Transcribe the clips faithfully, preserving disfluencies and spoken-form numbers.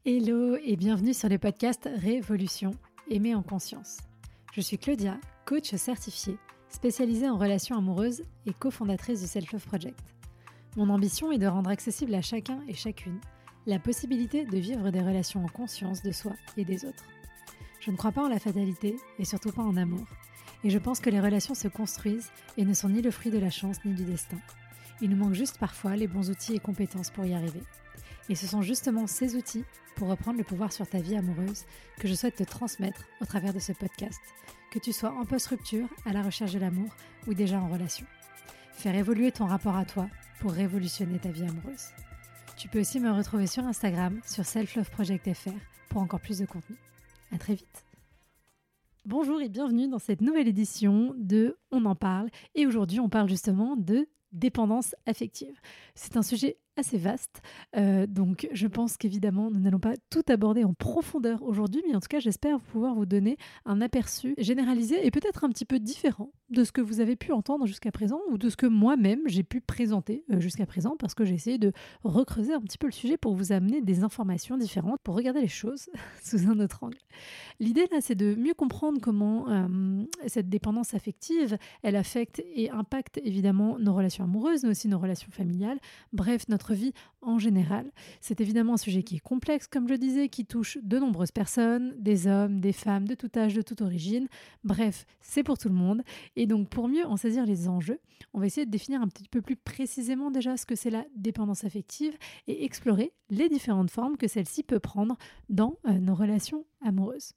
Hello et bienvenue sur le podcast Révolution, aimer en conscience. Je suis Claudia, coach certifiée, spécialisée en relations amoureuses et cofondatrice du Self Love Project. Mon ambition est de rendre accessible à chacun et chacune la possibilité de vivre des relations en conscience de soi et des autres. Je ne crois pas en la fatalité et surtout pas en amour. Et je pense que les relations se construisent et ne sont ni le fruit de la chance ni du destin. Il nous manque juste parfois les bons outils et compétences pour y arriver. Et ce sont justement ces outils pour reprendre le pouvoir sur ta vie amoureuse que je souhaite te transmettre au travers de ce podcast, que tu sois en post-rupture, à la recherche de l'amour ou déjà en relation. Faire évoluer ton rapport à toi pour révolutionner ta vie amoureuse. Tu peux aussi me retrouver sur Instagram, sur Self Love Project F R pour encore plus de contenu. À très vite. Bonjour et bienvenue dans cette nouvelle édition de On en parle. Et aujourd'hui, on parle justement de dépendance affective. C'est un sujet assez vaste, euh, donc je pense qu'évidemment nous n'allons pas tout aborder en profondeur aujourd'hui, mais en tout cas j'espère pouvoir vous donner un aperçu généralisé et peut-être un petit peu différent de ce que vous avez pu entendre jusqu'à présent ou de ce que moi-même j'ai pu présenter euh, jusqu'à présent, parce que j'ai essayé de recreuser un petit peu le sujet pour vous amener des informations différentes, pour regarder les choses sous un autre angle. L'idée là, c'est de mieux comprendre comment euh, cette dépendance affective, elle affecte et impacte évidemment nos relations amoureuses, mais aussi nos relations familiales, bref, notre vie en général. C'est évidemment un sujet qui est complexe, comme je disais, qui touche de nombreuses personnes, des hommes, des femmes, de tout âge, de toute origine. Bref, c'est pour tout le monde. Et donc, pour mieux en saisir les enjeux, on va essayer de définir un petit peu plus précisément déjà ce que c'est la dépendance affective et explorer les différentes formes que celle-ci peut prendre dans euh, nos relations amoureuses.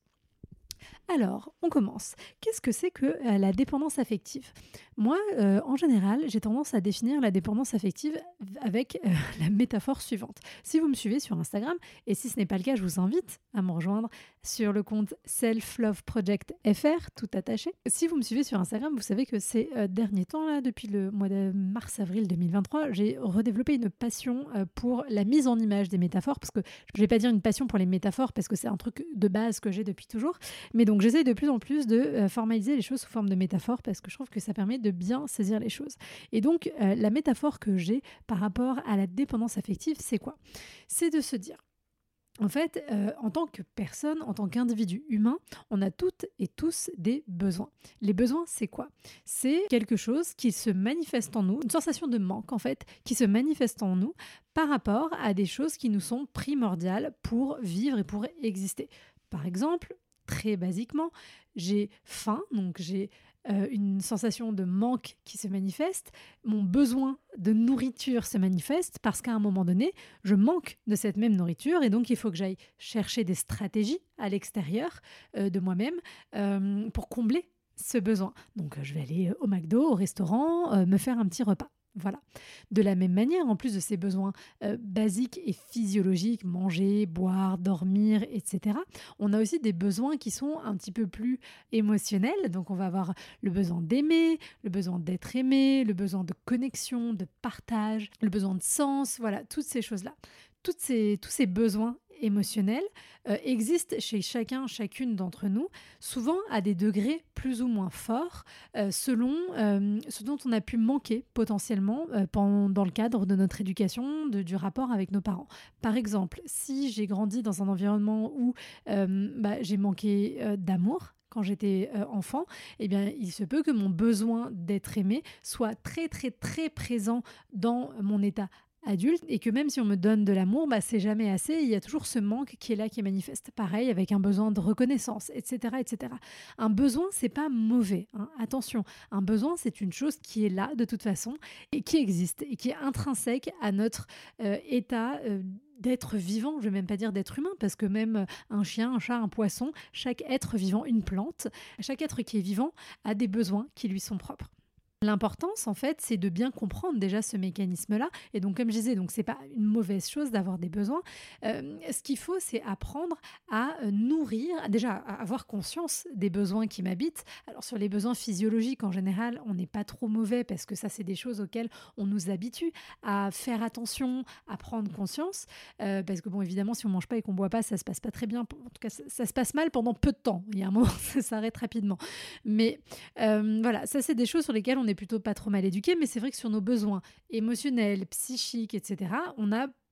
Alors, on commence. Qu'est-ce que c'est que euh, la dépendance affective ? Moi, euh, en général, j'ai tendance à définir la dépendance affective avec euh, la métaphore suivante. Si vous me suivez sur Instagram, et si ce n'est pas le cas, je vous invite à me rejoindre sur le compte Self Love Project F R, tout attaché. Si vous me suivez sur Instagram, vous savez que ces euh, derniers temps, là, depuis le mois de mars-avril deux mille vingt-trois, j'ai redéveloppé une passion euh, pour la mise en image des métaphores, parce que je ne vais pas dire une passion pour les métaphores, parce que c'est un truc de base que j'ai depuis toujours, mais donc j'essaye de plus en plus de euh, formaliser les choses sous forme de métaphores, parce que je trouve que ça permet de bien saisir les choses. Et donc, euh, la métaphore que j'ai par rapport à la dépendance affective, c'est quoi ? C'est de se dire, en fait, euh, en tant que personne, en tant qu'individu humain, on a toutes et tous des besoins. Les besoins, c'est quoi ? C'est quelque chose qui se manifeste en nous, une sensation de manque, en fait, qui se manifeste en nous par rapport à des choses qui nous sont primordiales pour vivre et pour exister. Par exemple, très basiquement, j'ai faim, donc j'ai euh, une sensation de manque qui se manifeste, mon besoin de nourriture se manifeste parce qu'à un moment donné, je manque de cette même nourriture et donc il faut que j'aille chercher des stratégies à l'extérieur euh, de moi-même euh, pour combler ce besoin. Donc je vais aller au McDo, au restaurant, euh, me faire un petit repas. Voilà. De la même manière, en plus de ces besoins euh, basiques et physiologiques, manger, boire, dormir, et cetera, on a aussi des besoins qui sont un petit peu plus émotionnels. Donc, on va avoir le besoin d'aimer, le besoin d'être aimé, le besoin de connexion, de partage, le besoin de sens, voilà, toutes ces choses-là. Toutes ces, tous ces besoins émotionnels euh, existent chez chacun, chacune d'entre nous, souvent à des degrés plus ou moins forts, euh, selon euh, ce dont on a pu manquer potentiellement euh, pendant, dans le cadre de notre éducation, de, du rapport avec nos parents. Par exemple, si j'ai grandi dans un environnement où euh, bah, j'ai manqué euh, d'amour, quand j'étais euh, enfant, eh bien, il se peut que mon besoin d'être aimé soit très, très, très présent dans mon état adulte et que même si on me donne de l'amour, bah, c'est jamais assez. Il y a toujours ce manque qui est là, qui est manifeste. Pareil, avec un besoin de reconnaissance, et cetera, et cetera. Un besoin, c'est pas mauvais. Hein. Attention, un besoin, c'est une chose qui est là de toute façon et qui existe et qui est intrinsèque à notre euh, état euh, d'être vivant, je ne vais même pas dire d'être humain, parce que même un chien, un chat, un poisson, chaque être vivant, une plante, chaque être qui est vivant a des besoins qui lui sont propres. L'importance, en fait, c'est de bien comprendre déjà ce mécanisme-là. Et donc, comme je disais, donc c'est pas une mauvaise chose d'avoir des besoins. Euh, ce qu'il faut, c'est apprendre à nourrir, déjà à avoir conscience des besoins qui m'habitent. Alors, sur les besoins physiologiques, en général, on n'est pas trop mauvais parce que ça, c'est des choses auxquelles on nous habitue à faire attention, à prendre conscience. Euh, parce que, bon, évidemment, si on mange pas et qu'on boit pas, ça se passe pas très bien. En tout cas, ça, ça se passe mal pendant peu de temps. Il y a un moment, ça s'arrête rapidement. Mais euh, voilà, ça, c'est des choses sur lesquelles on est plutôt pas trop mal éduqué, mais c'est vrai que sur nos besoins émotionnels, psychiques, et cetera, on a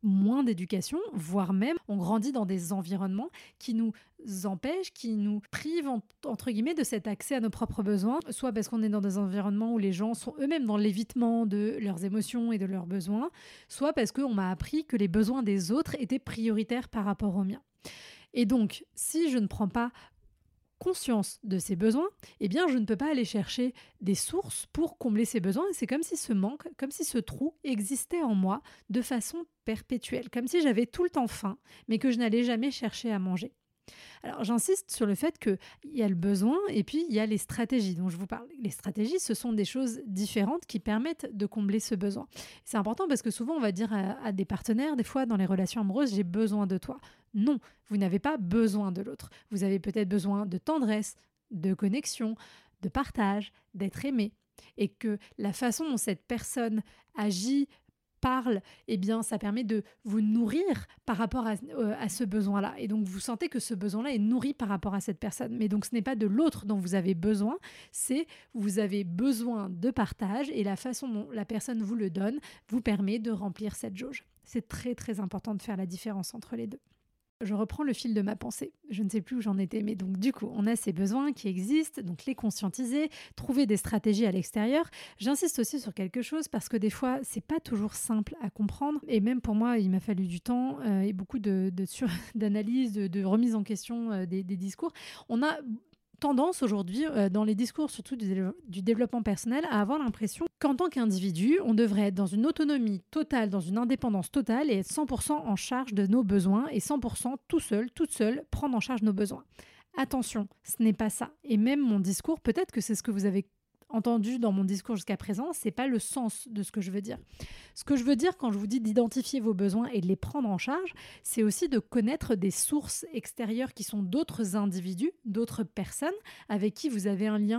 moins d'éducation, voire même on grandit dans des environnements qui nous empêchent, qui nous privent en- entre guillemets de cet accès à nos propres besoins, soit parce qu'on est dans des environnements où les gens sont eux-mêmes dans l'évitement de leurs émotions et de leurs besoins, soit parce qu'on m'a appris que les besoins des autres étaient prioritaires par rapport aux miens. Et donc, si je ne prends pas conscience de ces besoins, eh bien, je ne peux pas aller chercher des sources pour combler ces besoins. Et c'est comme si ce manque, comme si ce trou existait en moi de façon perpétuelle, comme si j'avais tout le temps faim, mais que je n'allais jamais chercher à manger. Alors, j'insiste sur le fait qu'il y a le besoin et puis il y a les stratégies dont je vous parle. Les stratégies, ce sont des choses différentes qui permettent de combler ce besoin. C'est important parce que souvent, on va dire à, à des partenaires, des fois dans les relations amoureuses, j'ai besoin de toi. Non, vous n'avez pas besoin de l'autre. Vous avez peut-être besoin de tendresse, de connexion, de partage, d'être aimé. Et que la façon dont cette personne agit, parle, eh bien, ça permet de vous nourrir par rapport à, euh, à ce besoin-là. Et donc, vous sentez que ce besoin-là est nourri par rapport à cette personne. Mais donc, ce n'est pas de l'autre dont vous avez besoin, c'est vous avez besoin de partage et la façon dont la personne vous le donne vous permet de remplir cette jauge. C'est très, très important de faire la différence entre les deux. Je reprends le fil de ma pensée. Je ne sais plus où j'en étais, mais donc du coup, on a ces besoins qui existent, donc les conscientiser, trouver des stratégies à l'extérieur. J'insiste aussi sur quelque chose parce que des fois, c'est pas toujours simple à comprendre. Et même pour moi, il m'a fallu du temps euh, et beaucoup de, de sur, d'analyse, de, de remise en question euh, des, des discours. On a tendance aujourd'hui, euh, dans les discours surtout du, du développement personnel, à avoir l'impression qu'en tant qu'individu, on devrait être dans une autonomie totale, dans une indépendance totale et être cent pour cent en charge de nos besoins et cent pour cent tout seul, toute seule, prendre en charge nos besoins. Attention, ce n'est pas ça. Et même mon discours, peut-être que c'est ce que vous avez entendu dans mon discours jusqu'à présent, c'est pas le sens de ce que je veux dire. Ce que je veux dire quand je vous dis d'identifier vos besoins et de les prendre en charge, c'est aussi de connaître des sources extérieures qui sont d'autres individus, d'autres personnes avec qui vous avez un lien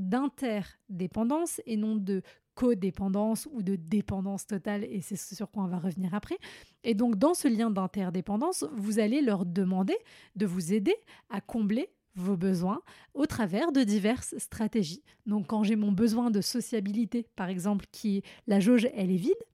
d'interdépendance et non de codépendance ou de dépendance totale, et c'est sur quoi on va revenir après. Et donc, dans ce lien d'interdépendance, vous allez leur demander de vous aider à combler vos besoins au travers de diverses stratégies. Donc, quand j'ai mon besoin de sociabilité, par exemple, qui est la jauge, elle est vide,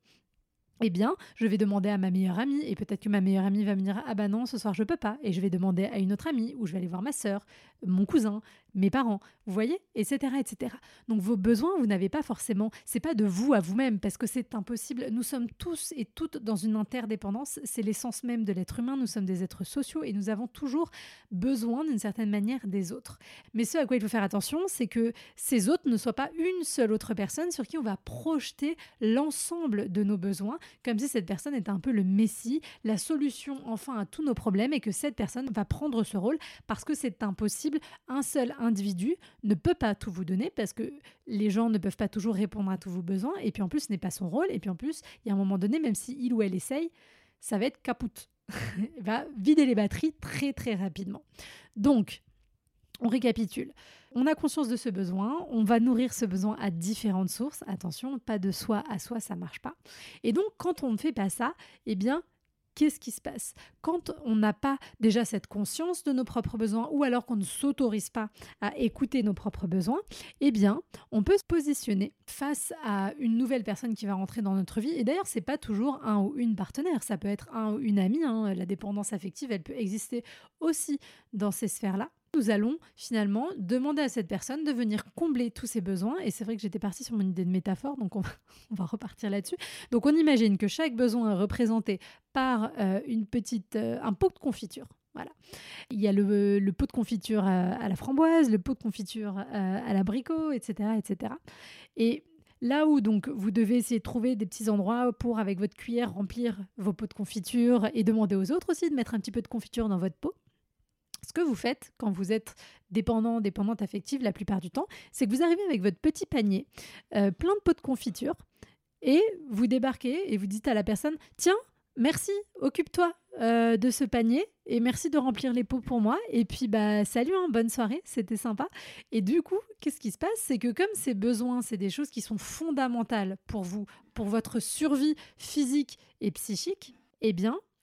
eh bien, je vais demander à ma meilleure amie, et peut-être que ma meilleure amie va me dire « Ah bah non, ce soir je peux pas », et je vais demander à une autre amie, ou je vais aller voir ma sœur, mon cousin, mes parents, vous voyez, et cetera, et cetera. Donc vos besoins, vous n'avez pas forcément, c'est pas de vous à vous-même, parce que c'est impossible. Nous sommes tous et toutes dans une interdépendance, c'est l'essence même de l'être humain, nous sommes des êtres sociaux, et nous avons toujours besoin d'une certaine manière des autres. Mais ce à quoi il faut faire attention, c'est que ces autres ne soient pas une seule autre personne sur qui on va projeter l'ensemble de nos besoins, comme si cette personne était un peu le messie, la solution enfin à tous nos problèmes, et que cette personne va prendre ce rôle parce que c'est impossible. Un seul individu ne peut pas tout vous donner parce que les gens ne peuvent pas toujours répondre à tous vos besoins, et puis en plus ce n'est pas son rôle, et puis en plus il y a un moment donné, même si il ou elle essaye, ça va être capoute. Il va vider les batteries très très rapidement. Donc, on récapitule. On a conscience de ce besoin, on va nourrir ce besoin à différentes sources. Attention, pas de soi à soi, ça marche pas. Et donc, quand on ne fait pas ça, eh bien, qu'est-ce qui se passe? Quand on n'a pas déjà cette conscience de nos propres besoins, ou alors qu'on ne s'autorise pas à écouter nos propres besoins, eh bien, on peut se positionner face à une nouvelle personne qui va rentrer dans notre vie. Et d'ailleurs, c'est pas toujours un ou une partenaire, ça peut être un ou une amie, hein. La dépendance affective, elle peut exister aussi dans ces sphères-là. Nous allons finalement demander à cette personne de venir combler tous ses besoins. Et c'est vrai que j'étais partie sur mon idée de métaphore, donc on va, on va repartir là-dessus. Donc on imagine que chaque besoin est représenté par euh, une petite, euh, un pot de confiture. Voilà. Il y a le, le pot de confiture à, à la framboise, le pot de confiture à, à l'abricot, et cetera, et cetera. Et là où donc vous devez essayer de trouver des petits endroits pour, avec votre cuillère, remplir vos pots de confiture et demander aux autres aussi de mettre un petit peu de confiture dans votre pot. Ce que vous faites quand vous êtes dépendant, dépendante affective la plupart du temps, c'est que vous arrivez avec votre petit panier, euh, plein de pots de confiture, et vous débarquez et vous dites à la personne « Tiens, merci, occupe-toi euh, de ce panier et merci de remplir les pots pour moi. Et puis, bah, salut, hein, bonne soirée, c'était sympa. » Et du coup, qu'est-ce qui se passe? C'est que comme ces besoins, c'est des choses qui sont fondamentales pour vous, pour votre survie physique et psychique, eh bien,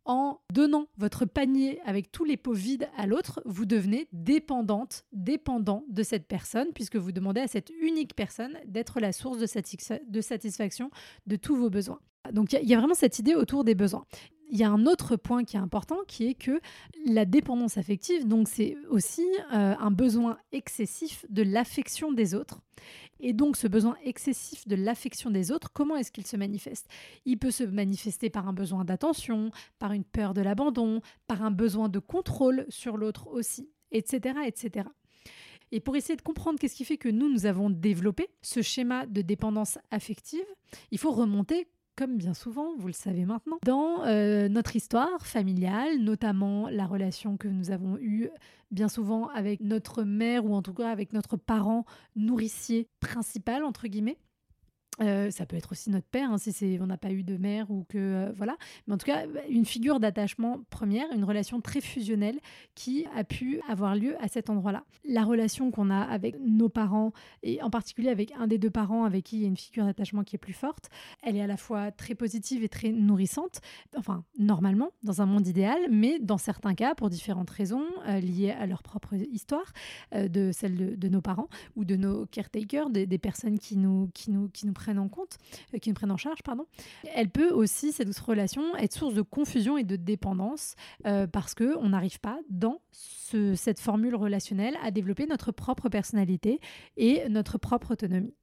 en donnant votre panier avec tous les pots vides à l'autre, vous devenez dépendante, dépendant de cette personne, puisque vous demandez à cette unique personne d'être la source de, satisfa- de satisfaction de tous vos besoins. Donc il y, y a vraiment cette idée autour des besoins. Il y a un autre point qui est important, qui est que la dépendance affective, donc c'est aussi euh, un besoin excessif de l'affection des autres. Et donc, ce besoin excessif de l'affection des autres, comment est-ce qu'il se manifeste ? Il peut se manifester par un besoin d'attention, par une peur de l'abandon, par un besoin de contrôle sur l'autre aussi, et cetera, et cetera. Et pour essayer de comprendre qu'est-ce qui fait que nous, nous avons développé ce schéma de dépendance affective, il faut remonter, comme bien souvent, vous le savez maintenant, dans euh, notre histoire familiale, notamment la relation que nous avons eue bien souvent avec notre mère ou en tout cas avec notre parent nourricier principal, entre guillemets. Euh, ça peut être aussi notre père, hein, si c'est, on n'a pas eu de mère ou que... Euh, voilà. Mais en tout cas, une figure d'attachement première, une relation très fusionnelle qui a pu avoir lieu à cet endroit-là. La relation qu'on a avec nos parents, et en particulier avec un des deux parents avec qui il y a une figure d'attachement qui est plus forte, elle est à la fois très positive et très nourrissante, enfin, normalement, dans un monde idéal, mais dans certains cas, pour différentes raisons, euh, liées à leur propre histoire, euh, de celle de, de nos parents ou de nos caretakers, des, des personnes qui nous, qui nous, qui nous prennent en compte, euh, qui nous prennent en charge, pardon. Elle peut aussi, cette relation, être source de confusion et de dépendance euh, parce qu'on n'arrive pas, dans ce, cette formule relationnelle, à développer notre propre personnalité et notre propre autonomie.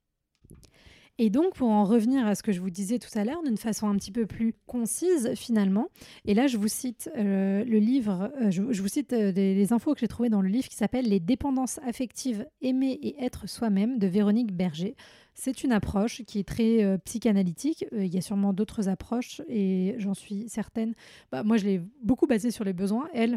Et donc, pour en revenir à ce que je vous disais tout à l'heure, d'une façon un petit peu plus concise finalement, et là je vous cite euh, le livre, euh, je, je vous cite euh, des, les infos que j'ai trouvées dans le livre qui s'appelle « Les dépendances affectives, aimer et être soi-même » de Véronique Berger. C'est une approche qui est très euh, psychanalytique. Euh, il y a sûrement d'autres approches et j'en suis certaine. Bah, moi, je l'ai beaucoup basée sur les besoins. Elle,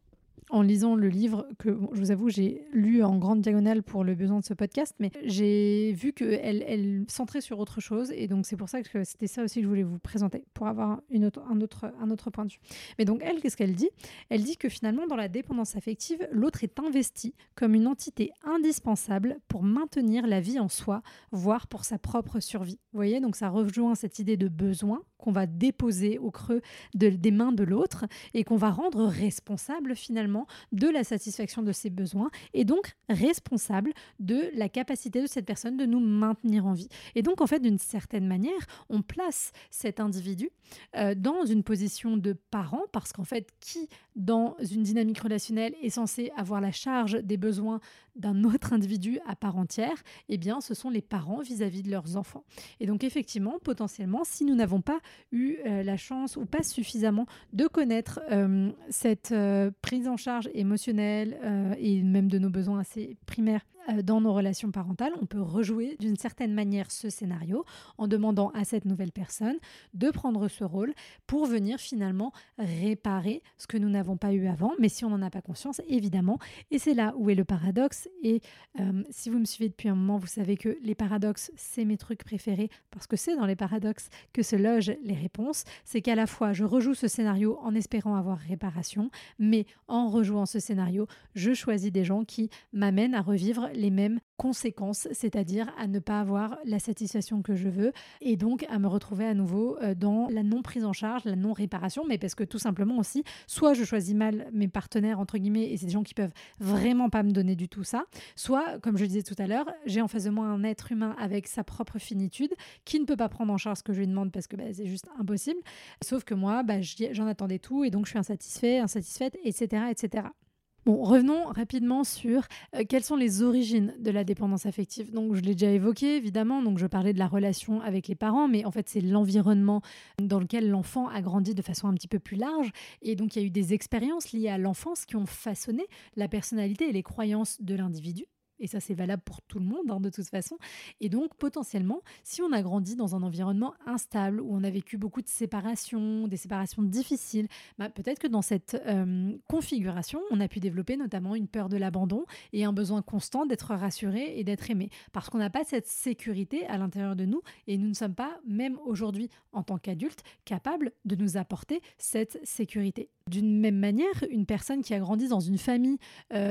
en lisant le livre que, bon, je vous avoue, j'ai lu en grande diagonale pour le besoin de ce podcast, mais j'ai vu qu'elle elle centrait sur autre chose, et donc c'est pour ça que c'était ça aussi que je voulais vous présenter, pour avoir une autre, un, autre, un autre point de vue. Mais donc elle, qu'est-ce qu'elle dit ? Elle dit que finalement, dans la dépendance affective, l'autre est investi comme une entité indispensable pour maintenir la vie en soi, voire pour sa propre survie. Vous voyez, donc ça rejoint cette idée de besoin qu'on va déposer au creux de, des mains de l'autre et qu'on va rendre responsable finalement de la satisfaction de ses besoins et donc responsable de la capacité de cette personne de nous maintenir en vie. Et donc en fait, d'une certaine manière, on place cet individu euh, dans une position de parent, parce qu'en fait, qui dans une dynamique relationnelle est censé avoir la charge des besoins d'un autre individu à part entière ? Eh bien, ce sont les parents vis-à-vis de leurs enfants. Et donc effectivement, potentiellement, si nous n'avons pas eu euh, la chance ou pas suffisamment de connaître euh, cette euh, prise en charge émotionnelle euh, et même de nos besoins assez primaires euh, dans nos relations parentales, on peut rejouer d'une certaine manière ce scénario en demandant à cette nouvelle personne de prendre ce rôle pour venir finalement réparer ce que nous n'avons pas eu avant, mais si on n'en a pas conscience, évidemment. Et c'est là où est le paradoxe. Et euh, si vous me suivez depuis un moment, vous savez que les paradoxes, c'est mes trucs préférés, parce que c'est dans les paradoxes que se logent les réponses. C'est qu'à la fois, je rejoue ce scénario en espérant avoir réparation, mais en rejouant ce scénario, je choisis des gens qui m'amènent à revivre les mêmes conséquences, c'est-à-dire à ne pas avoir la satisfaction que je veux et donc à me retrouver à nouveau dans la non-prise en charge, la non-réparation, mais parce que tout simplement aussi, soit je choisis mal mes partenaires, entre guillemets, et c'est des gens qui peuvent vraiment pas me donner du tout ça, soit, comme je le disais tout à l'heure, j'ai en face de moi un être humain avec sa propre finitude qui ne peut pas prendre en charge ce que je lui demande parce que bah, c'est juste impossible, sauf que moi, bah, j'en attendais tout et donc je suis insatisfait, insatisfaite, et cetera, et cetera. Bon, revenons rapidement sur euh, quelles sont les origines de la dépendance affective. Donc, je l'ai déjà évoqué, évidemment. Donc, je parlais de la relation avec les parents, mais en fait, c'est l'environnement dans lequel l'enfant a grandi de façon un petit peu plus large. Et donc, il y a eu des expériences liées à l'enfance qui ont façonné la personnalité et les croyances de l'individu. Et ça, c'est valable pour tout le monde, hein, de toute façon. Et donc, potentiellement, si on a grandi dans un environnement instable, où on a vécu beaucoup de séparations, des séparations difficiles, bah, peut-être que dans cette euh, configuration, on a pu développer notamment une peur de l'abandon et un besoin constant d'être rassuré et d'être aimé. Parce qu'on n'a pas cette sécurité à l'intérieur de nous et nous ne sommes pas, même aujourd'hui, en tant qu'adultes, capables de nous apporter cette sécurité. D'une même manière, une personne qui a grandi dans une famille... Euh,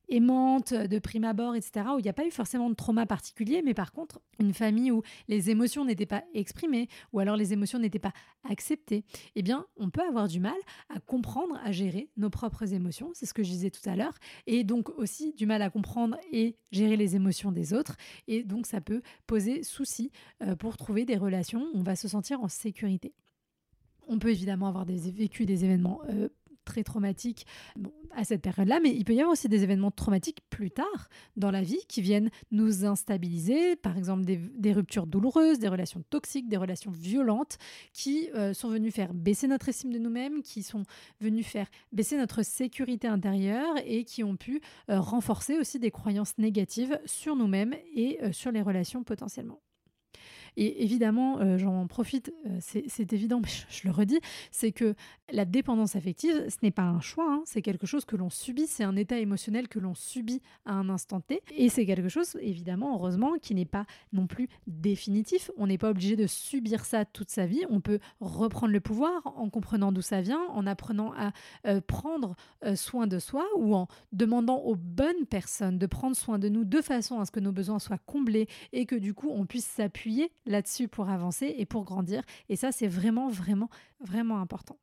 aimante de prime abord, et cetera, où il n'y a pas eu forcément de trauma particulier, mais par contre, une famille où les émotions n'étaient pas exprimées ou alors les émotions n'étaient pas acceptées, eh bien, on peut avoir du mal à comprendre, à gérer nos propres émotions, c'est ce que je disais tout à l'heure, et donc aussi du mal à comprendre et gérer les émotions des autres, et donc ça peut poser souci euh, pour trouver des relations où on va se sentir en sécurité. On peut évidemment avoir des, vécu des événements euh, très traumatiques bon, à cette période-là, mais il peut y avoir aussi des événements traumatiques plus tard dans la vie qui viennent nous instabiliser, par exemple des, des ruptures douloureuses, des relations toxiques, des relations violentes qui euh, sont venues faire baisser notre estime de nous-mêmes, qui sont venues faire baisser notre sécurité intérieure et qui ont pu euh, renforcer aussi des croyances négatives sur nous-mêmes et euh, sur les relations potentiellement. Et évidemment, euh, j'en profite, euh, c'est, c'est évident, mais je, je le redis, c'est que la dépendance affective, ce n'est pas un choix, hein, c'est quelque chose que l'on subit, c'est un état émotionnel que l'on subit à un instant T. Et c'est quelque chose, évidemment, heureusement, qui n'est pas non plus définitif. On n'est pas obligé de subir ça toute sa vie. On peut reprendre le pouvoir en comprenant d'où ça vient, en apprenant à euh, prendre euh, soin de soi ou en demandant aux bonnes personnes de prendre soin de nous de façon à ce que nos besoins soient comblés et que du coup, on puisse s'appuyer là-dessus pour avancer et pour grandir. Et ça, c'est vraiment, vraiment, vraiment important.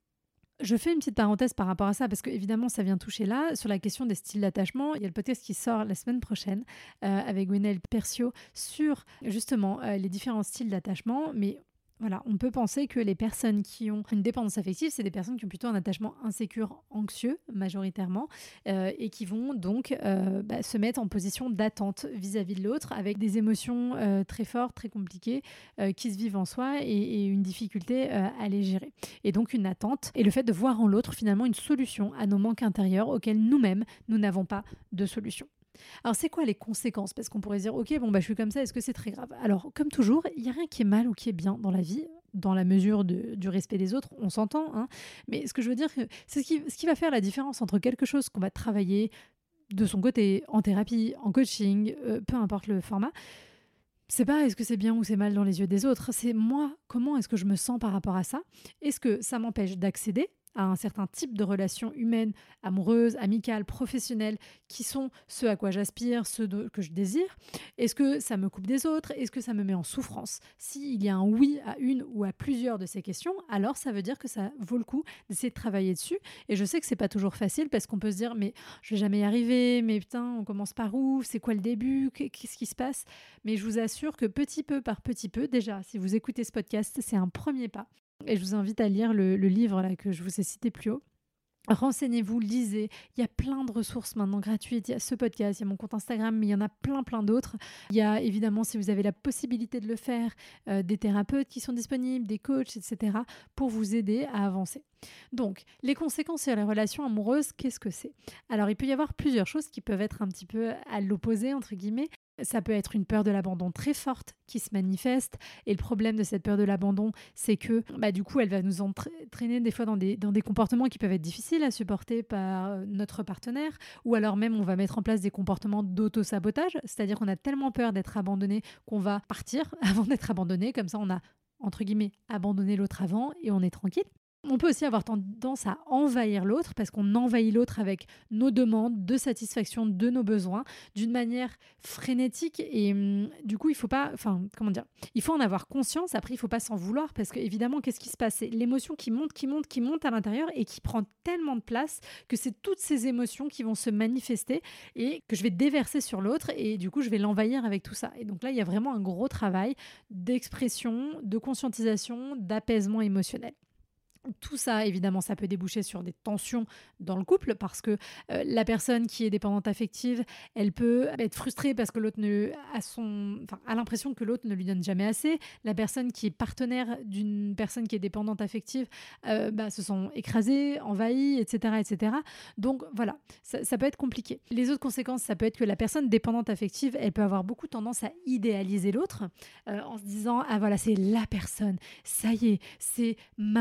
Je fais une petite parenthèse par rapport à ça parce que évidemment ça vient toucher là sur la question des styles d'attachement. Il y a le podcast qui sort la semaine prochaine euh, avec Gwenaëlle Percio sur justement euh, les différents styles d'attachement, mais voilà, on peut penser que les personnes qui ont une dépendance affective, c'est des personnes qui ont plutôt un attachement insécure, anxieux majoritairement, euh, et qui vont donc euh, bah, se mettre en position d'attente vis-à-vis de l'autre, avec des émotions euh, très fortes, très compliquées, euh, qui se vivent en soi et, et une difficulté euh, à les gérer. Et donc une attente, et le fait de voir en l'autre finalement une solution à nos manques intérieurs auxquels nous-mêmes, nous n'avons pas de solution. Alors, c'est quoi les conséquences? Parce qu'on pourrait se dire, ok, bon, bah, je suis comme ça, est-ce que c'est très grave? Alors, comme toujours, il n'y a rien qui est mal ou qui est bien dans la vie, dans la mesure de, du respect des autres, on s'entend, hein. Mais ce que je veux dire, c'est ce qui, ce qui va faire la différence entre quelque chose qu'on va travailler de son côté, en thérapie, en coaching, euh, peu importe le format, c'est pas est-ce que c'est bien ou c'est mal dans les yeux des autres, c'est moi, comment est-ce que je me sens par rapport à ça? Est-ce que ça m'empêche d'accéder à un certain type de relations humaines, amoureuses, amicales, professionnelles, qui sont ceux à quoi j'aspire, ceux de, que je désire? Est-ce que ça me coupe des autres? Est-ce que ça me met en souffrance? S'il y a un oui à une ou à plusieurs de ces questions, alors ça veut dire que ça vaut le coup d'essayer de travailler dessus. Et je sais que c'est pas toujours facile parce qu'on peut se dire mais je vais jamais y arriver, mais putain, on commence par où? C'est quoi le début? Qu'est-ce qui se passe? Mais je vous assure que petit peu par petit peu, déjà, si vous écoutez ce podcast, c'est un premier pas. Et je vous invite à lire le, le livre là, que je vous ai cité plus haut. Renseignez-vous, lisez. Il y a plein de ressources maintenant gratuites. Il y a ce podcast, il y a mon compte Instagram, mais il y en a plein, plein d'autres. Il y a évidemment, si vous avez la possibilité de le faire, euh, des thérapeutes qui sont disponibles, des coachs, et cetera, pour vous aider à avancer. Donc, les conséquences sur les relations amoureuses, qu'est-ce que c'est? Alors, il peut y avoir plusieurs choses qui peuvent être un petit peu à l'opposé, entre guillemets. Ça peut être une peur de l'abandon très forte qui se manifeste. Et le problème de cette peur de l'abandon, c'est que bah, du coup, elle va nous entraîner des fois dans des, dans des comportements qui peuvent être difficiles à supporter par notre partenaire. Ou alors même, on va mettre en place des comportements d'auto-sabotage. C'est-à-dire qu'on a tellement peur d'être abandonné qu'on va partir avant d'être abandonné. Comme ça, on a, entre guillemets, abandonné l'autre avant et on est tranquille. On peut aussi avoir tendance à envahir l'autre parce qu'on envahit l'autre avec nos demandes de satisfaction de nos besoins d'une manière frénétique et hum, du coup il faut pas, enfin comment dire, il faut en avoir conscience. Après il faut pas s'en vouloir parce que évidemment qu'est-ce qui se passe? C'est l'émotion qui monte, qui monte, qui monte à l'intérieur et qui prend tellement de place que c'est toutes ces émotions qui vont se manifester et que je vais déverser sur l'autre et du coup je vais l'envahir avec tout ça. Et donc là il y a vraiment un gros travail d'expression, de conscientisation, d'apaisement émotionnel. Tout ça, évidemment, ça peut déboucher sur des tensions dans le couple parce que euh, la personne qui est dépendante affective, elle peut être frustrée parce que l'autre ne, a, son, enfin, a l'impression que l'autre ne lui donne jamais assez. La personne qui est partenaire d'une personne qui est dépendante affective euh, bah, se sent écrasée, envahie, et cetera, et cetera. Donc voilà, ça, ça peut être compliqué. Les autres conséquences, ça peut être que la personne dépendante affective, elle peut avoir beaucoup tendance à idéaliser l'autre euh, en se disant « Ah voilà, c'est la personne, ça y est, c'est ma moitié,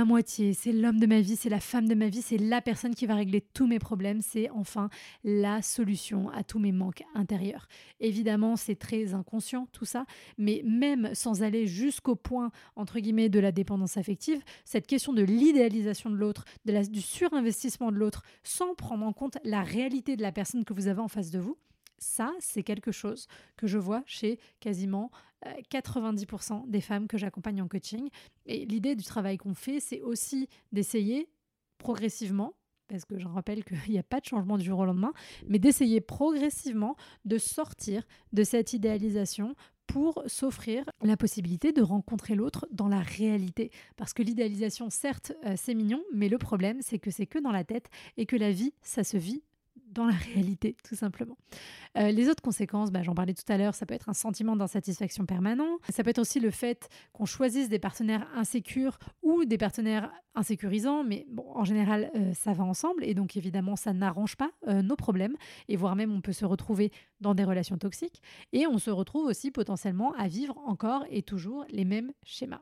c'est, c'est l'homme de ma vie, c'est la femme de ma vie, c'est la personne qui va régler tous mes problèmes, c'est enfin la solution à tous mes manques intérieurs. Évidemment, c'est très inconscient tout ça, mais même sans aller jusqu'au point, entre guillemets, de la dépendance affective, cette question de l'idéalisation de l'autre, de la, du surinvestissement de l'autre, sans prendre en compte la réalité de la personne que vous avez en face de vous, ça, c'est quelque chose que je vois chez quasiment euh, quatre-vingt-dix pour cent des femmes que j'accompagne en coaching. Et l'idée du travail qu'on fait, c'est aussi d'essayer progressivement, parce que je rappelle qu'il n'y a pas de changement du jour au lendemain, mais d'essayer progressivement de sortir de cette idéalisation pour s'offrir la possibilité de rencontrer l'autre dans la réalité. Parce que l'idéalisation, certes, euh, c'est mignon, mais le problème, c'est que c'est que dans la tête et que la vie, ça se vit dans la réalité, tout simplement. Euh, les autres conséquences, bah, j'en parlais tout à l'heure, ça peut être un sentiment d'insatisfaction permanent. Ça peut être aussi le fait qu'on choisisse des partenaires insécures ou des partenaires insécurisants, mais bon, en général, euh, ça va ensemble et donc évidemment, ça n'arrange pas euh, nos problèmes et voire même on peut se retrouver dans des relations toxiques et on se retrouve aussi potentiellement à vivre encore et toujours les mêmes schémas.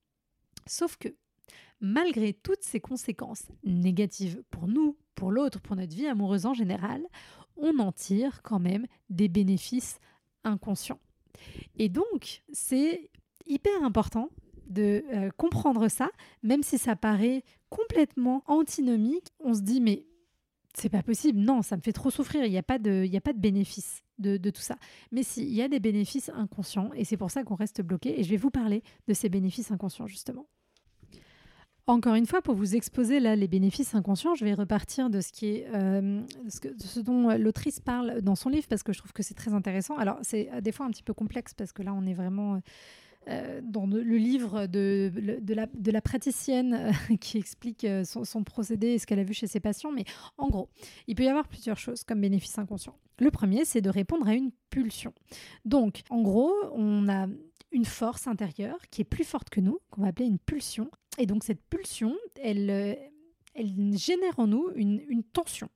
Sauf que, malgré toutes ces conséquences négatives pour nous, pour l'autre, pour notre vie amoureuse en général, on en tire quand même des bénéfices inconscients. Et donc, c'est hyper important de euh, comprendre ça, même si ça paraît complètement antinomique. On se dit, mais c'est pas possible, non, ça me fait trop souffrir, il n'y a pas de, il n'y a pas de bénéfice de, de tout ça. Mais si, il y a des bénéfices inconscients, et c'est pour ça qu'on reste bloqué, et je vais vous parler de ces bénéfices inconscients, justement. Encore une fois, pour vous exposer là les bénéfices inconscients, je vais repartir de ce qui est euh, ce, que, de ce dont l'autrice parle dans son livre parce que je trouve que c'est très intéressant. Alors c'est des fois un petit peu complexe parce que là on est vraiment euh, dans le livre de, de, la, de la praticienne euh, qui explique son, son procédé et ce qu'elle a vu chez ses patients. Mais en gros, il peut y avoir plusieurs choses comme bénéfices inconscients. Le premier, c'est de répondre à une pulsion. Donc en gros, on a une force intérieure qui est plus forte que nous, qu'on va appeler une pulsion. Et donc, cette pulsion, elle, elle génère en nous une, une tension.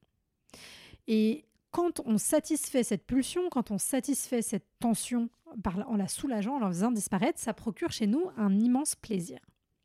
Et quand on satisfait cette pulsion, quand on satisfait cette tension par, en la soulageant, en la faisant disparaître, ça procure chez nous un immense plaisir.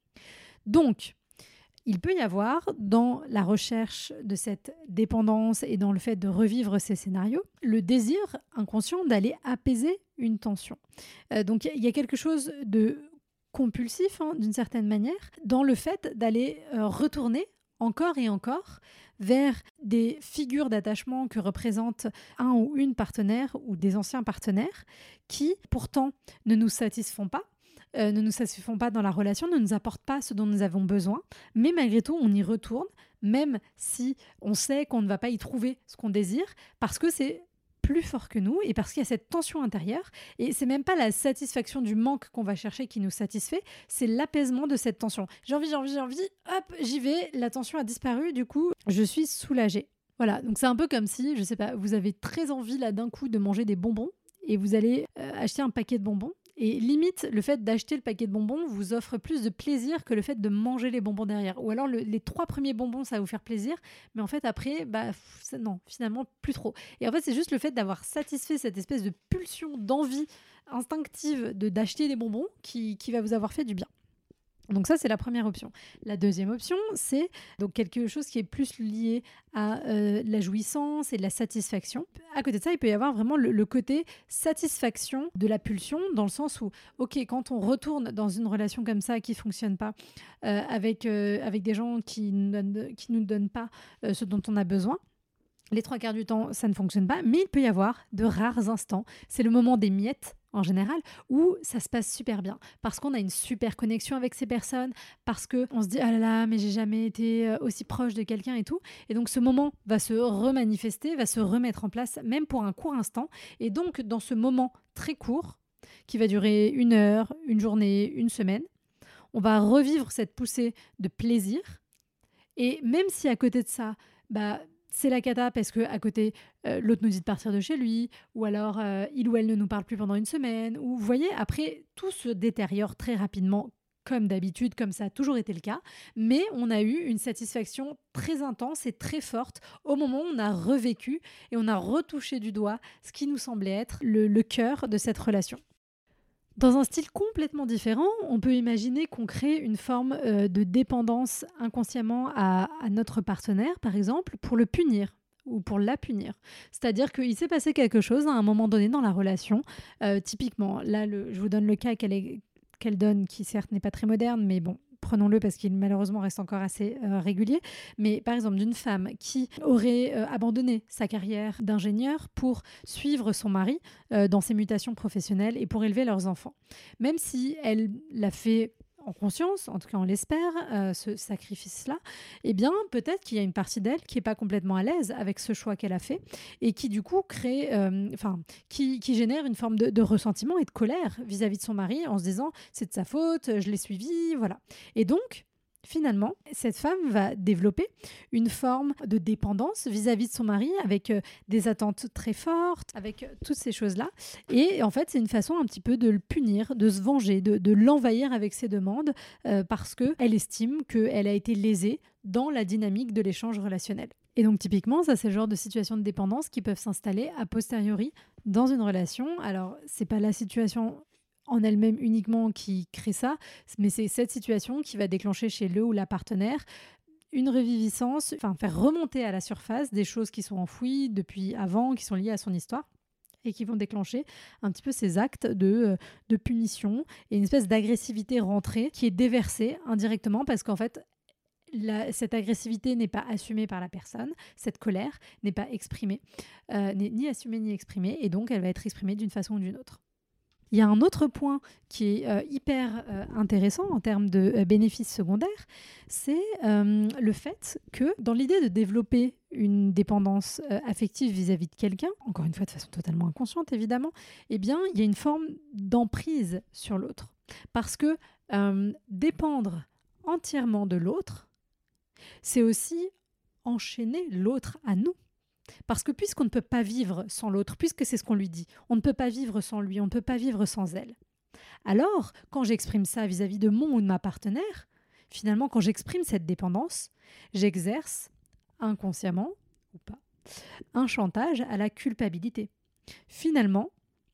Donc, il peut y avoir dans la recherche de cette dépendance et dans le fait de revivre ces scénarios, le désir inconscient d'aller apaiser une tension. Euh, donc, il y a quelque chose de compulsif, hein, d'une certaine manière, dans le fait d'aller euh, retourner encore et encore vers des figures d'attachement que représentent un ou une partenaire ou des anciens partenaires qui, pourtant, ne nous satisfont pas, euh, ne nous satisfont pas dans la relation, ne nous apportent pas ce dont nous avons besoin, mais malgré tout, on y retourne, même si on sait qu'on ne va pas y trouver ce qu'on désire, parce que c'est plus fort que nous et parce qu'il y a cette tension intérieure et c'est même pas la satisfaction du manque qu'on va chercher qui nous satisfait, c'est l'apaisement de cette tension. J'ai envie, j'ai envie, j'ai envie, hop, j'y vais, la tension a disparu, du coup, je suis soulagée. Voilà, donc c'est un peu comme si, je sais pas, vous avez très envie là d'un coup de manger des bonbons et vous allez euh, acheter un paquet de bonbons. Et limite, le fait d'acheter le paquet de bonbons vous offre plus de plaisir que le fait de manger les bonbons derrière. Ou alors, le, les trois premiers bonbons, ça va vous faire plaisir. Mais en fait, après, bah, ça, non, finalement, plus trop. Et en fait, c'est juste le fait d'avoir satisfait cette espèce de pulsion d'envie instinctive de, d'acheter des bonbons qui, qui va vous avoir fait du bien. Donc ça, c'est la première option. La deuxième option, c'est donc quelque chose qui est plus lié à euh, la jouissance et de la satisfaction. À côté de ça, il peut y avoir vraiment le, le côté satisfaction de la pulsion, dans le sens où, ok, quand on retourne dans une relation comme ça qui ne fonctionne pas, euh, avec, euh, avec des gens qui ne nous donnent pas euh, ce dont on a besoin, les trois quarts du temps, ça ne fonctionne pas, mais il peut y avoir de rares instants. C'est le moment des miettes, en général, où ça se passe super bien, parce qu'on a une super connexion avec ces personnes, parce qu'on se dit « Ah là là, mais j'ai jamais été aussi proche de quelqu'un et tout ». Et donc, ce moment va se remanifester, va se remettre en place, même pour un court instant. Et donc, dans ce moment très court, qui va durer une heure, une journée, une semaine, on va revivre cette poussée de plaisir. Et même si à côté de ça, bah, c'est la cata parce qu'à côté, euh, l'autre nous dit de partir de chez lui, ou alors euh, il ou elle ne nous parle plus pendant une semaine. Ou vous voyez, après, tout se détériore très rapidement, comme d'habitude, comme ça a toujours été le cas. Mais on a eu une satisfaction très intense et très forte au moment où on a revécu et on a retouché du doigt ce qui nous semblait être le, le cœur de cette relation. Dans un style complètement différent, on peut imaginer qu'on crée une forme euh, de dépendance inconsciemment à, à notre partenaire, par exemple, pour le punir ou pour la punir. C'est-à-dire qu'il s'est passé quelque chose à un moment donné dans la relation. Euh, typiquement, là, le- je vous donne le cas qu'elle est- qu'elle donne, qui certes n'est pas très moderne, mais bon, prenons-le parce qu'il malheureusement reste encore assez euh, régulier. Mais par exemple, d'une femme qui aurait euh, abandonné sa carrière d'ingénieur pour suivre son mari euh, dans ses mutations professionnelles et pour élever leurs enfants. Même si elle l'a fait en conscience, en tout cas on l'espère, euh, ce sacrifice-là, eh bien peut-être qu'il y a une partie d'elle qui n'est pas complètement à l'aise avec ce choix qu'elle a fait et qui du coup crée, euh, enfin, qui, qui génère une forme de, de ressentiment et de colère vis-à-vis de son mari en se disant c'est de sa faute, je l'ai suivi, voilà. Et donc, finalement, cette femme va développer une forme de dépendance vis-à-vis de son mari avec euh, des attentes très fortes, avec euh, toutes ces choses-là. Et en fait, c'est une façon un petit peu de le punir, de se venger, de, de l'envahir avec ses demandes euh, parce qu'elle estime qu'elle a été lésée dans la dynamique de l'échange relationnel. Et donc typiquement, ça c'est le genre de situation de dépendance qui peuvent s'installer a posteriori dans une relation. Alors, c'est pas la situation en elle-même uniquement qui crée ça, mais c'est cette situation qui va déclencher chez le ou la partenaire une reviviscence, enfin faire remonter à la surface des choses qui sont enfouies depuis avant, qui sont liées à son histoire et qui vont déclencher un petit peu ces actes de, euh, de punition et une espèce d'agressivité rentrée qui est déversée indirectement parce qu'en fait, la- cette agressivité n'est pas assumée par la personne, cette colère n'est pas exprimée, euh, n'est ni assumée ni exprimée, et donc elle va être exprimée d'une façon ou d'une autre. Il y a un autre point qui est euh, hyper euh, intéressant en termes de euh, bénéfices secondaires, c'est euh, le fait que dans l'idée de développer une dépendance euh, affective vis-à-vis de quelqu'un, encore une fois de façon totalement inconsciente évidemment, eh bien il y a une forme d'emprise sur l'autre. Parce que euh, dépendre entièrement de l'autre, c'est aussi enchaîner l'autre à nous. Parce que puisqu'on ne peut pas vivre sans l'autre, puisque c'est ce qu'on lui dit, on ne peut pas vivre sans lui, on ne peut pas vivre sans elle. Alors, quand j'exprime ça vis-à-vis de mon ou de ma partenaire, finalement, quand j'exprime cette dépendance, j'exerce inconsciemment ou pas un chantage à la culpabilité. Finalement,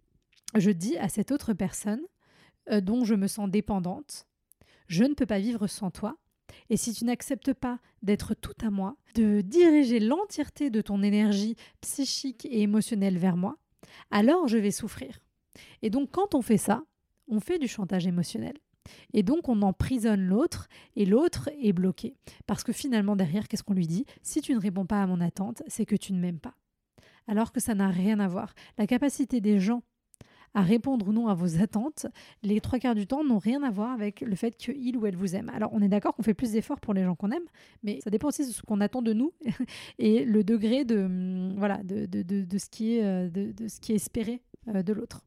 je dis à cette autre personne euh, dont je me sens dépendante, je ne peux pas vivre sans toi. Et si tu n'acceptes pas d'être tout à moi, de diriger l'entièreté de ton énergie psychique et émotionnelle vers moi, alors je vais souffrir. Et donc quand on fait ça, on fait du chantage émotionnel. Et donc on emprisonne l'autre et l'autre est bloqué. Parce que finalement derrière, qu'est-ce qu'on lui dit ? Si tu ne réponds pas à mon attente, c'est que tu ne m'aimes pas. Alors que ça n'a rien à voir. La capacité des gens à répondre ou non à vos attentes, les trois quarts du temps n'ont rien à voir avec le fait qu'il ou elle vous aime. Alors, on est d'accord qu'on fait plus d'efforts pour les gens qu'on aime, mais ça dépend aussi de ce qu'on attend de nous et le degré de, hum, voilà, de, de, de, de ce qui est, euh, de, de ce qui est espéré euh, de l'autre.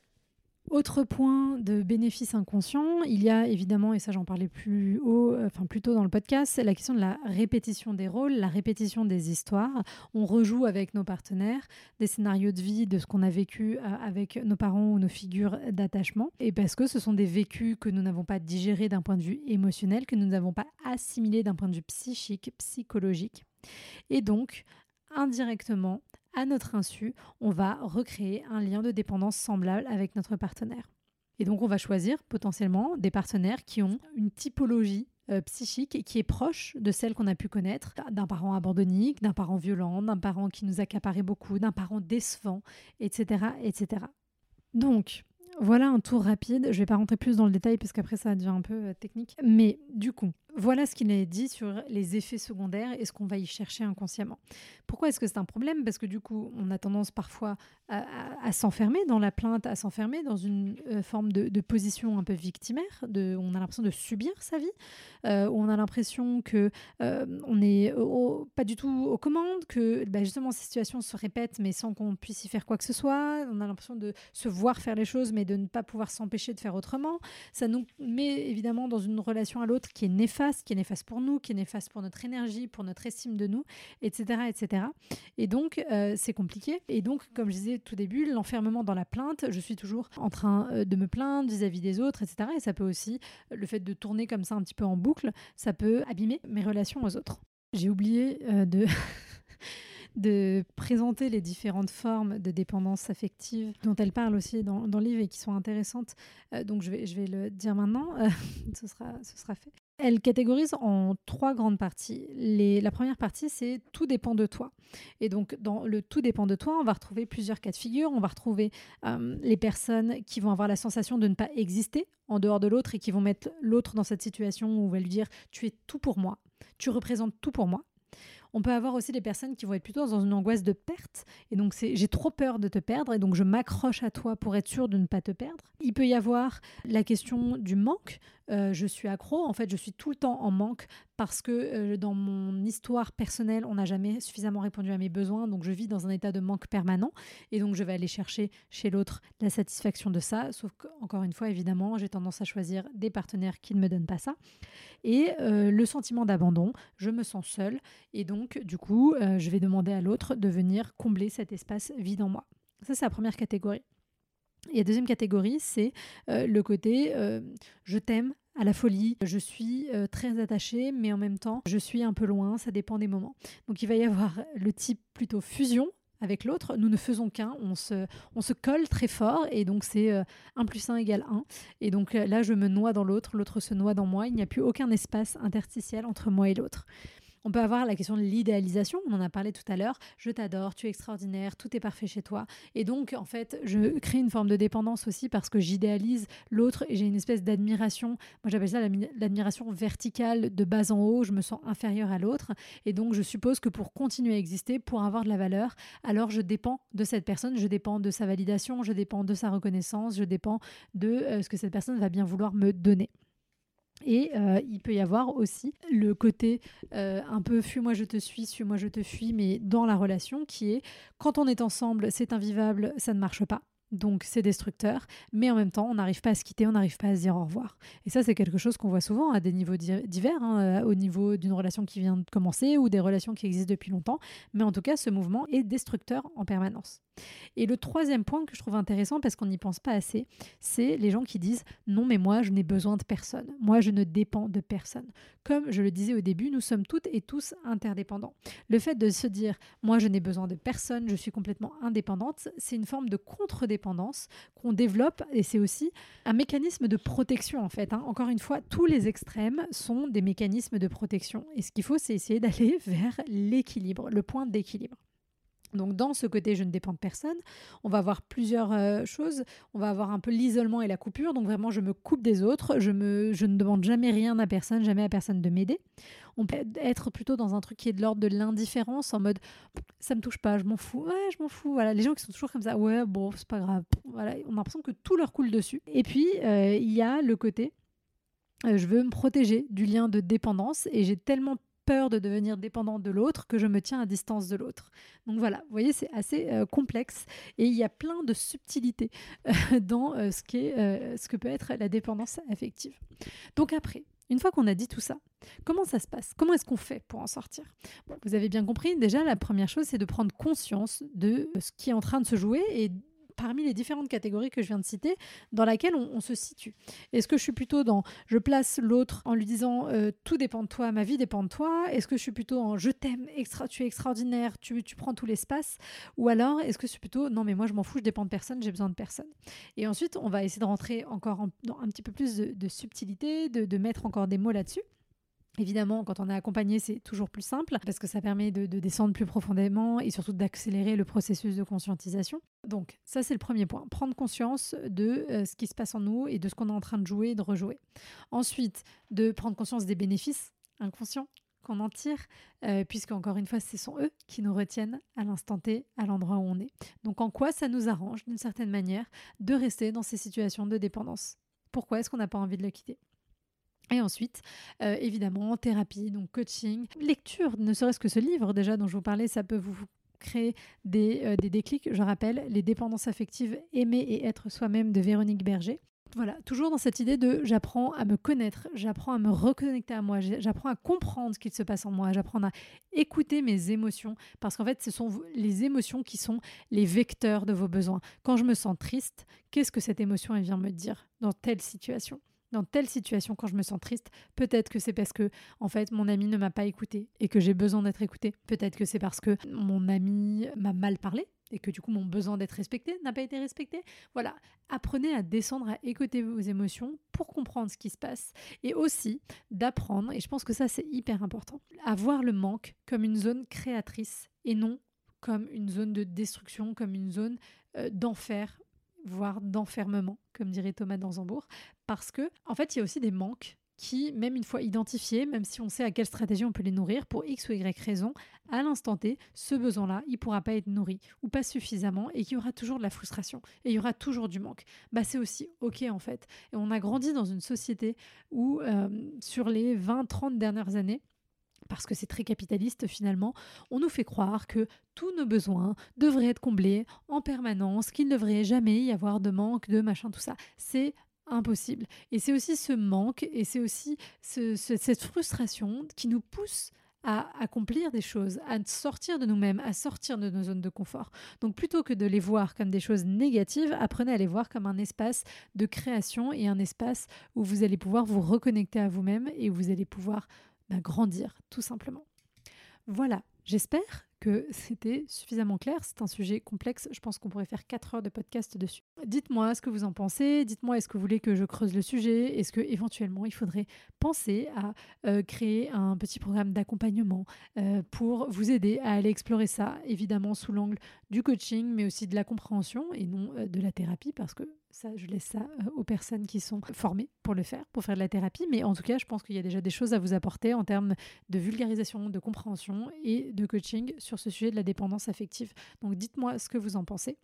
Autre point de bénéfice inconscient, il y a évidemment, et ça j'en parlais plus haut, euh, enfin plus tôt dans le podcast, c'est la question de la répétition des rôles, la répétition des histoires. On rejoue avec nos partenaires des scénarios de vie de ce qu'on a vécu euh, avec nos parents ou nos figures d'attachement. Et parce que ce sont des vécus que nous n'avons pas digérés d'un point de vue émotionnel, que nous n'avons pas assimilés d'un point de vue psychique, psychologique. Et donc, indirectement, à notre insu, on va recréer un lien de dépendance semblable avec notre partenaire. Et donc, on va choisir potentiellement des partenaires qui ont une typologie euh, psychique et qui est proche de celle qu'on a pu connaître, d'un parent abandonnique, d'un parent violent, d'un parent qui nous accaparait beaucoup, d'un parent décevant, et cetera, et cetera. Donc, voilà un tour rapide. Je ne vais pas rentrer plus dans le détail parce qu'après ça devient un peu euh, technique. Mais du coup, voilà ce qu'il est dit sur les effets secondaires et ce qu'on va y chercher inconsciemment. Pourquoi est-ce que c'est un problème ? Parce que du coup, on a tendance parfois à, à, à s'enfermer dans la plainte, à s'enfermer dans une euh, forme de, de position un peu victimaire. De, on a l'impression de subir sa vie. Euh, on a l'impression que euh, on n'est pas du tout aux commandes, que bah, justement ces situations se répètent mais sans qu'on puisse y faire quoi que ce soit. On a l'impression de se voir faire les choses mais de ne pas pouvoir s'empêcher de faire autrement. Ça nous met évidemment dans une relation à l'autre qui est néfaste, qui est néfaste pour nous, qui est néfaste pour notre énergie, pour notre estime de nous, et cetera, et cetera. Et donc, euh, c'est compliqué. Et donc, comme je disais tout début, l'enfermement dans la plainte, je suis toujours en train euh, de me plaindre vis-à-vis des autres, et cetera. Et ça peut aussi, le fait de tourner comme ça un petit peu en boucle, ça peut abîmer mes relations aux autres. J'ai oublié euh, de... de présenter les différentes formes de dépendance affective dont elle parle aussi dans, dans le livre et qui sont intéressantes. Euh, donc, je vais, je vais le dire maintenant. Euh, ce sera, ce sera fait. Elle catégorise en trois grandes parties. Les, la première partie, c'est « tout dépend de toi ». Et donc, dans le « tout dépend de toi », on va retrouver plusieurs cas de figure. On va retrouver euh, les personnes qui vont avoir la sensation de ne pas exister en dehors de l'autre et qui vont mettre l'autre dans cette situation où on va lui dire « tu es tout pour moi, tu représentes tout pour moi ». On peut avoir aussi des personnes qui vont être plutôt dans une angoisse de perte. Et donc, c'est j'ai trop peur de te perdre et donc je m'accroche à toi pour être sûre de ne pas te perdre. Il peut y avoir la question du manque. Euh, je suis accro. En fait, je suis tout le temps en manque parce que euh, dans mon histoire personnelle, on n'a jamais suffisamment répondu à mes besoins. Donc, je vis dans un état de manque permanent. Et donc, je vais aller chercher chez l'autre la satisfaction de ça. Sauf qu'encore une fois, évidemment, j'ai tendance à choisir des partenaires qui ne me donnent pas ça. Et euh, le sentiment d'abandon, je me sens seule et donc du coup euh, je vais demander à l'autre de venir combler cet espace vide en moi. Ça, c'est la première catégorie. Et la deuxième catégorie, c'est euh, le côté euh, je t'aime à la folie, je suis euh, très attachée mais en même temps je suis un peu loin, ça dépend des moments. Donc il va y avoir le type plutôt fusion avec l'autre, nous ne faisons qu'un, on se, on se colle très fort et donc c'est euh, un plus un égale un. Et donc euh, là, je me noie dans l'autre, l'autre se noie dans moi, il n'y a plus aucun espace interstitiel entre moi et l'autre. On peut avoir la question de l'idéalisation, on en a parlé tout à l'heure. Je t'adore, tu es extraordinaire, tout est parfait chez toi. Et donc, en fait, je crée une forme de dépendance aussi parce que j'idéalise l'autre et j'ai une espèce d'admiration. Moi, j'appelle ça l'admiration verticale de bas en haut. Je me sens inférieure à l'autre. Et donc, je suppose que pour continuer à exister, pour avoir de la valeur, alors je dépends de cette personne, je dépends de sa validation, je dépends de sa reconnaissance, je dépends de euh, ce que cette personne va bien vouloir me donner. Et euh, il peut y avoir aussi le côté euh, un peu fuis-moi je te suis, suis-moi je te fuis, mais dans la relation qui est quand on est ensemble, c'est invivable, ça ne marche pas. Donc c'est destructeur, mais en même temps, on n'arrive pas à se quitter, on n'arrive pas à se dire au revoir. Et ça, c'est quelque chose qu'on voit souvent à des niveaux divers, hein, au niveau d'une relation qui vient de commencer ou des relations qui existent depuis longtemps. Mais en tout cas, ce mouvement est destructeur en permanence. Et le troisième point que je trouve intéressant, parce qu'on n'y pense pas assez, c'est les gens qui disent « Non, mais moi, je n'ai besoin de personne. Moi, je ne dépends de personne. » Comme je le disais au début, nous sommes toutes et tous interdépendants. Le fait de se dire « Moi, je n'ai besoin de personne, je suis complètement indépendante », c'est une forme de contre-dépendance qu'on développe et c'est aussi un mécanisme de protection en fait. Hein. Encore une fois, tous les extrêmes sont des mécanismes de protection. Et ce qu'il faut, c'est essayer d'aller vers l'équilibre, le point d'équilibre. Donc dans ce côté je ne dépends de personne, on va avoir plusieurs euh, choses. On va avoir un peu l'isolement et la coupure. Donc vraiment je me coupe des autres, je, me, je ne demande jamais rien à personne, jamais à personne de m'aider. On peut être plutôt dans un truc qui est de l'ordre de l'indifférence, en mode ça me touche pas, je m'en fous, ouais je m'en fous. Voilà, les gens qui sont toujours comme ça, ouais bon c'est pas grave. Voilà, on a l'impression que tout leur coule dessus. Et puis euh, il y a le côté euh, je veux me protéger du lien de dépendance et j'ai tellement peur de devenir dépendant de l'autre que je me tiens à distance de l'autre. Donc voilà, vous voyez, c'est assez euh, complexe et il y a plein de subtilités euh, dans euh, ce, qu'est, euh, ce que peut être la dépendance affective. Donc après, une fois qu'on a dit tout ça, comment ça se passe ? Comment est-ce qu'on fait pour en sortir ? Bon, vous avez bien compris, déjà la première chose, c'est de prendre conscience de ce qui est en train de se jouer et parmi les différentes catégories que je viens de citer, dans laquelle on, on se situe. Est-ce que je suis plutôt dans « je place l'autre en lui disant euh, « tout dépend de toi, ma vie dépend de toi » Est-ce que je suis plutôt en « je t'aime, extra, tu es extraordinaire, tu, tu prends tout l'espace » Ou alors est-ce que je suis plutôt « non mais moi je m'en fous, je dépends de personne, j'ai besoin de personne » Et ensuite, on va essayer de rentrer encore en, dans un petit peu plus de, de subtilité, de, de mettre encore des mots là-dessus. Évidemment, quand on est accompagné, c'est toujours plus simple parce que ça permet de, de descendre plus profondément et surtout d'accélérer le processus de conscientisation. Donc ça, c'est le premier point. Prendre conscience de euh, ce qui se passe en nous et de ce qu'on est en train de jouer et de rejouer. Ensuite, de prendre conscience des bénéfices inconscients qu'on en tire, euh, puisque encore une fois, ce sont eux qui nous retiennent à l'instant T, à l'endroit où on est. Donc en quoi ça nous arrange, d'une certaine manière, de rester dans ces situations de dépendance ? Pourquoi est-ce qu'on n'a pas envie de le quitter ? Et ensuite, euh, évidemment, thérapie, donc coaching, lecture, ne serait-ce que ce livre déjà dont je vous parlais, ça peut vous créer des, euh, des déclics. Je rappelle, Les dépendances affectives, aimer et être soi-même de Véronique Berger. Voilà, toujours dans cette idée de j'apprends à me connaître, j'apprends à me reconnecter à moi, j'apprends à comprendre ce qu'il se passe en moi, j'apprends à écouter mes émotions parce qu'en fait, ce sont les émotions qui sont les vecteurs de vos besoins. Quand je me sens triste, qu'est-ce que cette émotion elle vient me dire dans telle situation ? dans telle situation quand je me sens triste, peut-être que c'est parce que en fait mon ami ne m'a pas écouté et que j'ai besoin d'être écouté. Peut-être que c'est parce que mon ami m'a mal parlé et que du coup mon besoin d'être respecté n'a pas été respecté. Voilà, apprenez à descendre, à écouter vos émotions pour comprendre ce qui se passe et aussi d'apprendre, et je pense que ça c'est hyper important, à voir le manque comme une zone créatrice et non comme une zone de destruction, comme une zone euh, d'enfer, voire d'enfermement, comme dirait Thomas d'Anzembourg, parce que en fait, il y a aussi des manques qui, même une fois identifiés, même si on sait à quelle stratégie on peut les nourrir, pour X ou Y raison, à l'instant T, ce besoin-là, il ne pourra pas être nourri ou pas suffisamment et qu'il y aura toujours de la frustration et il y aura toujours du manque. Bah, c'est aussi OK en fait. Et on a grandi dans une société où, euh, sur les vingt trente dernières années, parce que c'est très capitaliste finalement, on nous fait croire que tous nos besoins devraient être comblés en permanence, qu'il ne devrait jamais y avoir de manque, de machin, tout ça. C'est impossible. Et c'est aussi ce manque et c'est aussi ce, ce, cette frustration qui nous pousse à accomplir des choses, à sortir de nous-mêmes, à sortir de nos zones de confort. Donc plutôt que de les voir comme des choses négatives, apprenez à les voir comme un espace de création et un espace où vous allez pouvoir vous reconnecter à vous-même et où vous allez pouvoir bah, grandir, tout simplement. Voilà, j'espère que c'était suffisamment clair. C'est un sujet complexe. Je pense qu'on pourrait faire quatre heures de podcast dessus. Dites-moi ce que vous en pensez. Dites-moi, est-ce que vous voulez que je creuse le sujet? Est-ce qu'éventuellement, il faudrait penser à euh, créer un petit programme d'accompagnement euh, pour vous aider à aller explorer ça, évidemment sous l'angle du coaching, mais aussi de la compréhension et non euh, de la thérapie, parce que ça, je laisse ça euh, aux personnes qui sont formées pour le faire, pour faire de la thérapie. Mais en tout cas, je pense qu'il y a déjà des choses à vous apporter en termes de vulgarisation, de compréhension et de coaching sur ce sujet de la dépendance affective. Donc dites-moi ce que vous en pensez.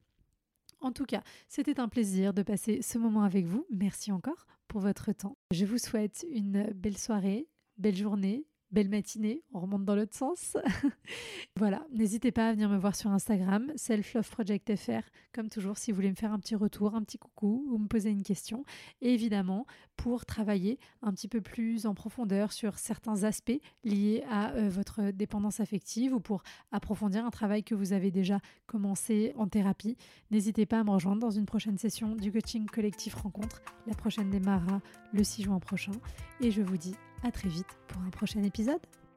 En tout cas, c'était un plaisir de passer ce moment avec vous. Merci encore pour votre temps. Je vous souhaite une belle soirée, belle journée, belle matinée. On remonte dans l'autre sens. Voilà, n'hésitez pas à venir me voir sur Instagram, Self Love Project F R, comme toujours, si vous voulez me faire un petit retour, un petit coucou ou me poser une question. Et évidemment, pour travailler un petit peu plus en profondeur sur certains aspects liés à euh, votre dépendance affective ou pour approfondir un travail que vous avez déjà commencé en thérapie, n'hésitez pas à me rejoindre dans une prochaine session du coaching collectif rencontre. La prochaine démarrera le six juin prochain. Et je vous dis à très vite pour un prochain épisode.